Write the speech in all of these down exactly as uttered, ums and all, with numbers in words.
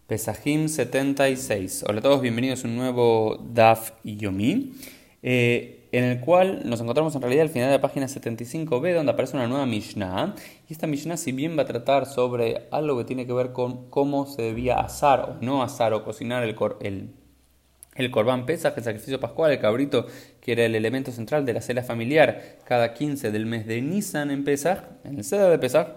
Pesajim setenta y seis. Hola a todos, bienvenidos a un nuevo Daf Yomi, eh, en el cual nos encontramos en realidad al final de la página setenta y cinco be, donde aparece una nueva Mishnah. Y esta Mishnah, si bien va a tratar sobre algo que tiene que ver con cómo se debía asar o no asar o cocinar el, cor, el, el Corbán Pesaj, el sacrificio pascual, el cabrito, que era el elemento central de la cena familiar cada quince del mes de Nisan en Pesaj, en el Seder de Pesaj,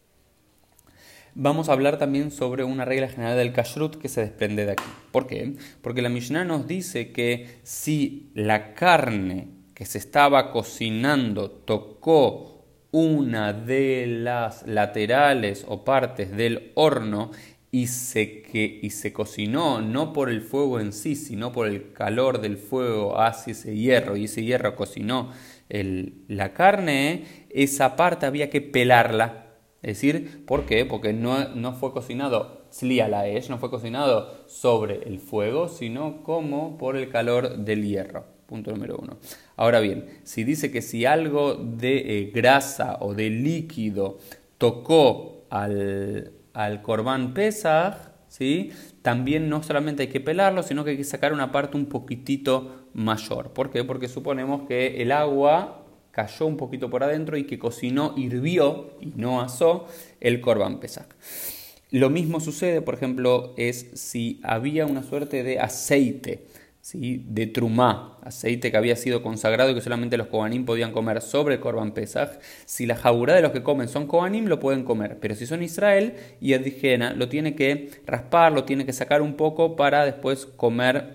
vamos a hablar también sobre una regla general del kashrut que se desprende de aquí. ¿Por qué? Porque la Mishnah nos dice que si la carne que se estaba cocinando tocó una de las laterales o partes del horno y se, que, y se cocinó no por el fuego en sí, sino por el calor del fuego hacia ese hierro, y ese hierro cocinó el, la carne, esa parte había que pelarla. Es decir, ¿por qué? Porque no, no fue cocinado tzli ala esh, no fue cocinado sobre el fuego, sino como por el calor del hierro. Punto número uno. Ahora bien, si dice que si algo de eh, grasa o de líquido tocó al, al Corbán Pesaj, ¿sí? También no solamente hay que pelarlo, sino que hay que sacar una parte un poquitito mayor. ¿Por qué? Porque suponemos que el agua cayó un poquito por adentro y que cocinó, hirvió y no asó el Corbán Pesaj. Lo mismo sucede, por ejemplo, es si había una suerte de aceite, ¿sí? De trumá, aceite que había sido consagrado y que solamente los kohanim podían comer sobre el Corbán Pesaj. Si la jaburá de los que comen son kohanim, lo pueden comer, pero si son Israel y adígena, lo tiene que raspar, lo tiene que sacar un poco para después comer.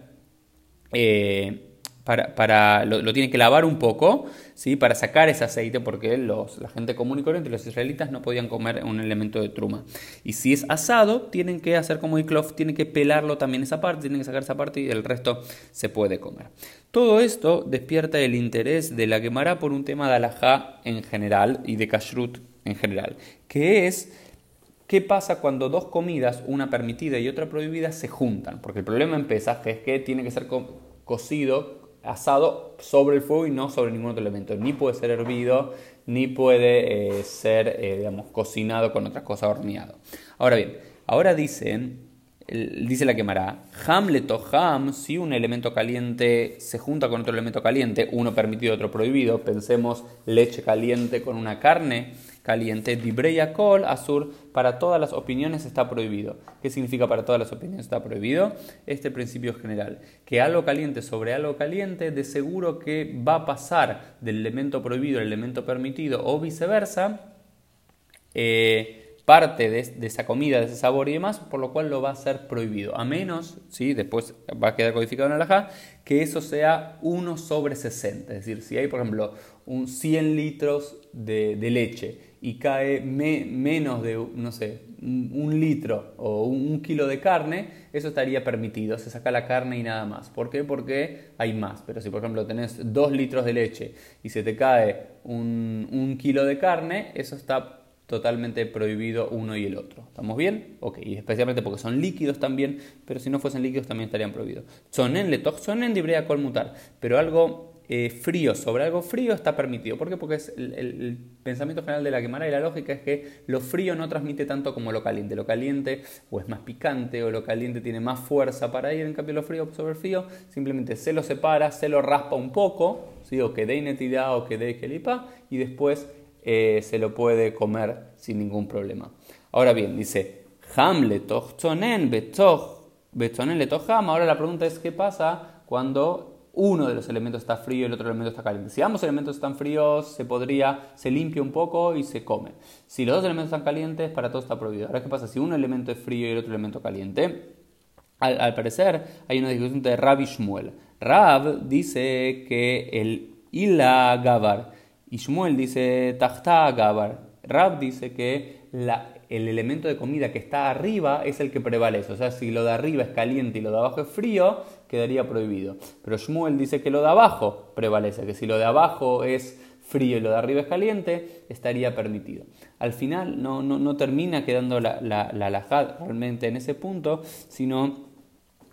Eh, Para, para lo, lo tiene que lavar un poco, ¿sí? Para sacar ese aceite, porque los, la gente común y corriente, los israelitas, no podían comer un elemento de truma. Y si es asado, tienen que hacer como Iklof, tienen que pelarlo también esa parte, tienen que sacar esa parte y el resto se puede comer. Todo esto despierta el interés de la Gemara por un tema de halajá en general y de kashrut en general, que es ¿qué pasa cuando dos comidas, una permitida y otra prohibida, se juntan? Porque el problema en Pesaj es que tiene que ser co- cocido, asado sobre el fuego y no sobre ningún otro elemento. Ni puede ser hervido, ni puede eh, ser, eh, digamos, cocinado con otras cosas, horneado. Ahora bien, ahora dicen, dice la Gemara, ham letoham, si un elemento caliente se junta con otro elemento caliente, uno permitido, otro prohibido, pensemos leche caliente con una carne caliente, dibrei kol asur, para todas las opiniones está prohibido. ¿Qué significa para todas las opiniones está prohibido? Este principio general, que algo caliente sobre algo caliente, de seguro que va a pasar del elemento prohibido al elemento permitido o viceversa, eh, parte de, de esa comida, de ese sabor y demás, por lo cual lo va a ser prohibido, a menos, ¿sí? Después va a quedar codificado en el halajá, que eso sea uno sobre sesenta, es decir, si hay por ejemplo un cien litros de, de leche y cae me, menos de, no sé, un, un litro o un, un kilo de carne, eso estaría permitido, se saca la carne y nada más. ¿Por qué? Porque hay más, pero si por ejemplo tenés dos litros de leche y se te cae un, un kilo de carne, eso está totalmente prohibido uno y el otro. ¿Estamos bien? Ok, y especialmente porque son líquidos también, pero si no fuesen líquidos también estarían prohibidos. Tzonen letoch tzonen dibrea kol mutar, pero algo eh, frío sobre algo frío está permitido. ¿Por qué? Porque es el, el, el pensamiento general de la Gemara y la lógica es que lo frío no transmite tanto como lo caliente. Lo caliente o es más picante o lo caliente tiene más fuerza para ir, en cambio lo frío sobre el frío simplemente se lo separa, se lo raspa un poco, ¿sí? O que dé netidad o que dé kelipá y después Eh, se lo puede comer sin ningún problema. Ahora bien, dice Ham letoch tzonen betzonen letoch ham. Ahora la pregunta es ¿qué pasa cuando uno de los elementos está frío y el otro elemento está caliente? Si ambos elementos están fríos, se podría, se limpia un poco y se come. Si los dos elementos están calientes, para todo está prohibido. Ahora, ¿qué pasa si un elemento es frío y el otro elemento caliente? Al, al parecer hay una discusión de Rab y Shmuel. Rab dice que el ila gavar y Shmuel dice Tachtá Gabar. Rab dice que la, el elemento de comida que está arriba es el que prevalece. O sea, si lo de arriba es caliente y lo de abajo es frío, quedaría prohibido. Pero Shmuel dice que lo de abajo prevalece, que si lo de abajo es frío y lo de arriba es caliente, estaría permitido. Al final no, no, no termina quedando la, la, la halajá realmente en ese punto, sino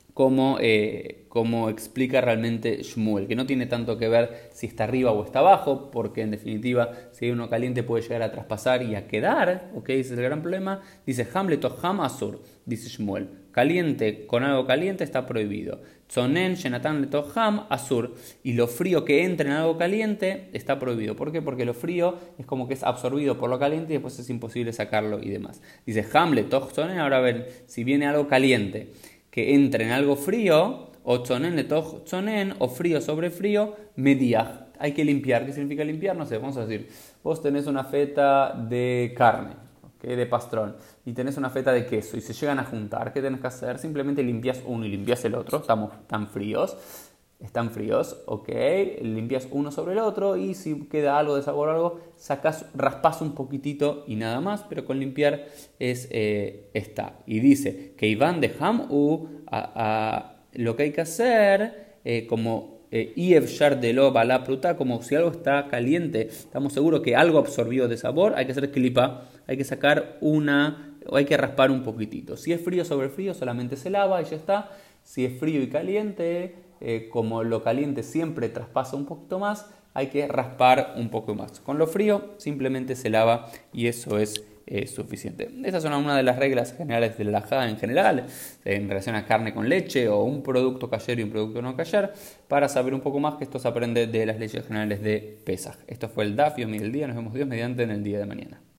como, eh, como explica realmente Shmuel, que no tiene tanto que ver si está arriba o está abajo, porque en definitiva si hay uno caliente puede llegar a traspasar y a quedar, ¿ok? Ese es el gran problema. Dice Hamlet o Ham Asur, dice Shmuel, caliente con algo caliente está prohibido. Tzonen Shenatan Letoham Asur, y lo frío que entra en algo caliente está prohibido. ¿Por qué? Porque lo frío es como que es absorbido por lo caliente y después es imposible sacarlo y demás. Dice Hamlet Toch Tzonen, ahora a ver, si viene algo caliente que entre en algo frío, o tzonen letoch tzonen, o frío sobre frío, mediaj. Hay que limpiar. ¿Qué significa limpiar? No sé, vamos a decir, vos tenés una feta de carne, ¿okay? De pastrón, y tenés una feta de queso, y se llegan a juntar. ¿Qué tenés que hacer? Simplemente limpias uno y limpias el otro. Estamos tan fríos. Están fríos, ok, limpias uno sobre el otro y si queda algo de sabor o algo, sacas, raspas un poquitito y nada más, pero con limpiar es eh, está. Y dice que Iván de Ham u a, a, lo que hay que hacer, eh, como Iev Shar de lo la pruta, como si algo está caliente, estamos seguros que algo absorbió de sabor, hay que hacer clipa, hay que sacar una, o hay que raspar un poquitito. Si es frío sobre frío, solamente se lava y ya está. Si es frío y caliente, Eh, como lo caliente siempre traspasa un poquito más, hay que raspar un poco más. Con lo frío simplemente se lava y eso es eh, suficiente. Estas son una de las reglas generales de la halajá en general, en relación a carne con leche o un producto kasher y un producto no kasher, para saber un poco más que esto se aprende de las leyes generales de Pesaj. Esto fue el Daf Yomi del día, nos vemos Dios mediante en el día de mañana.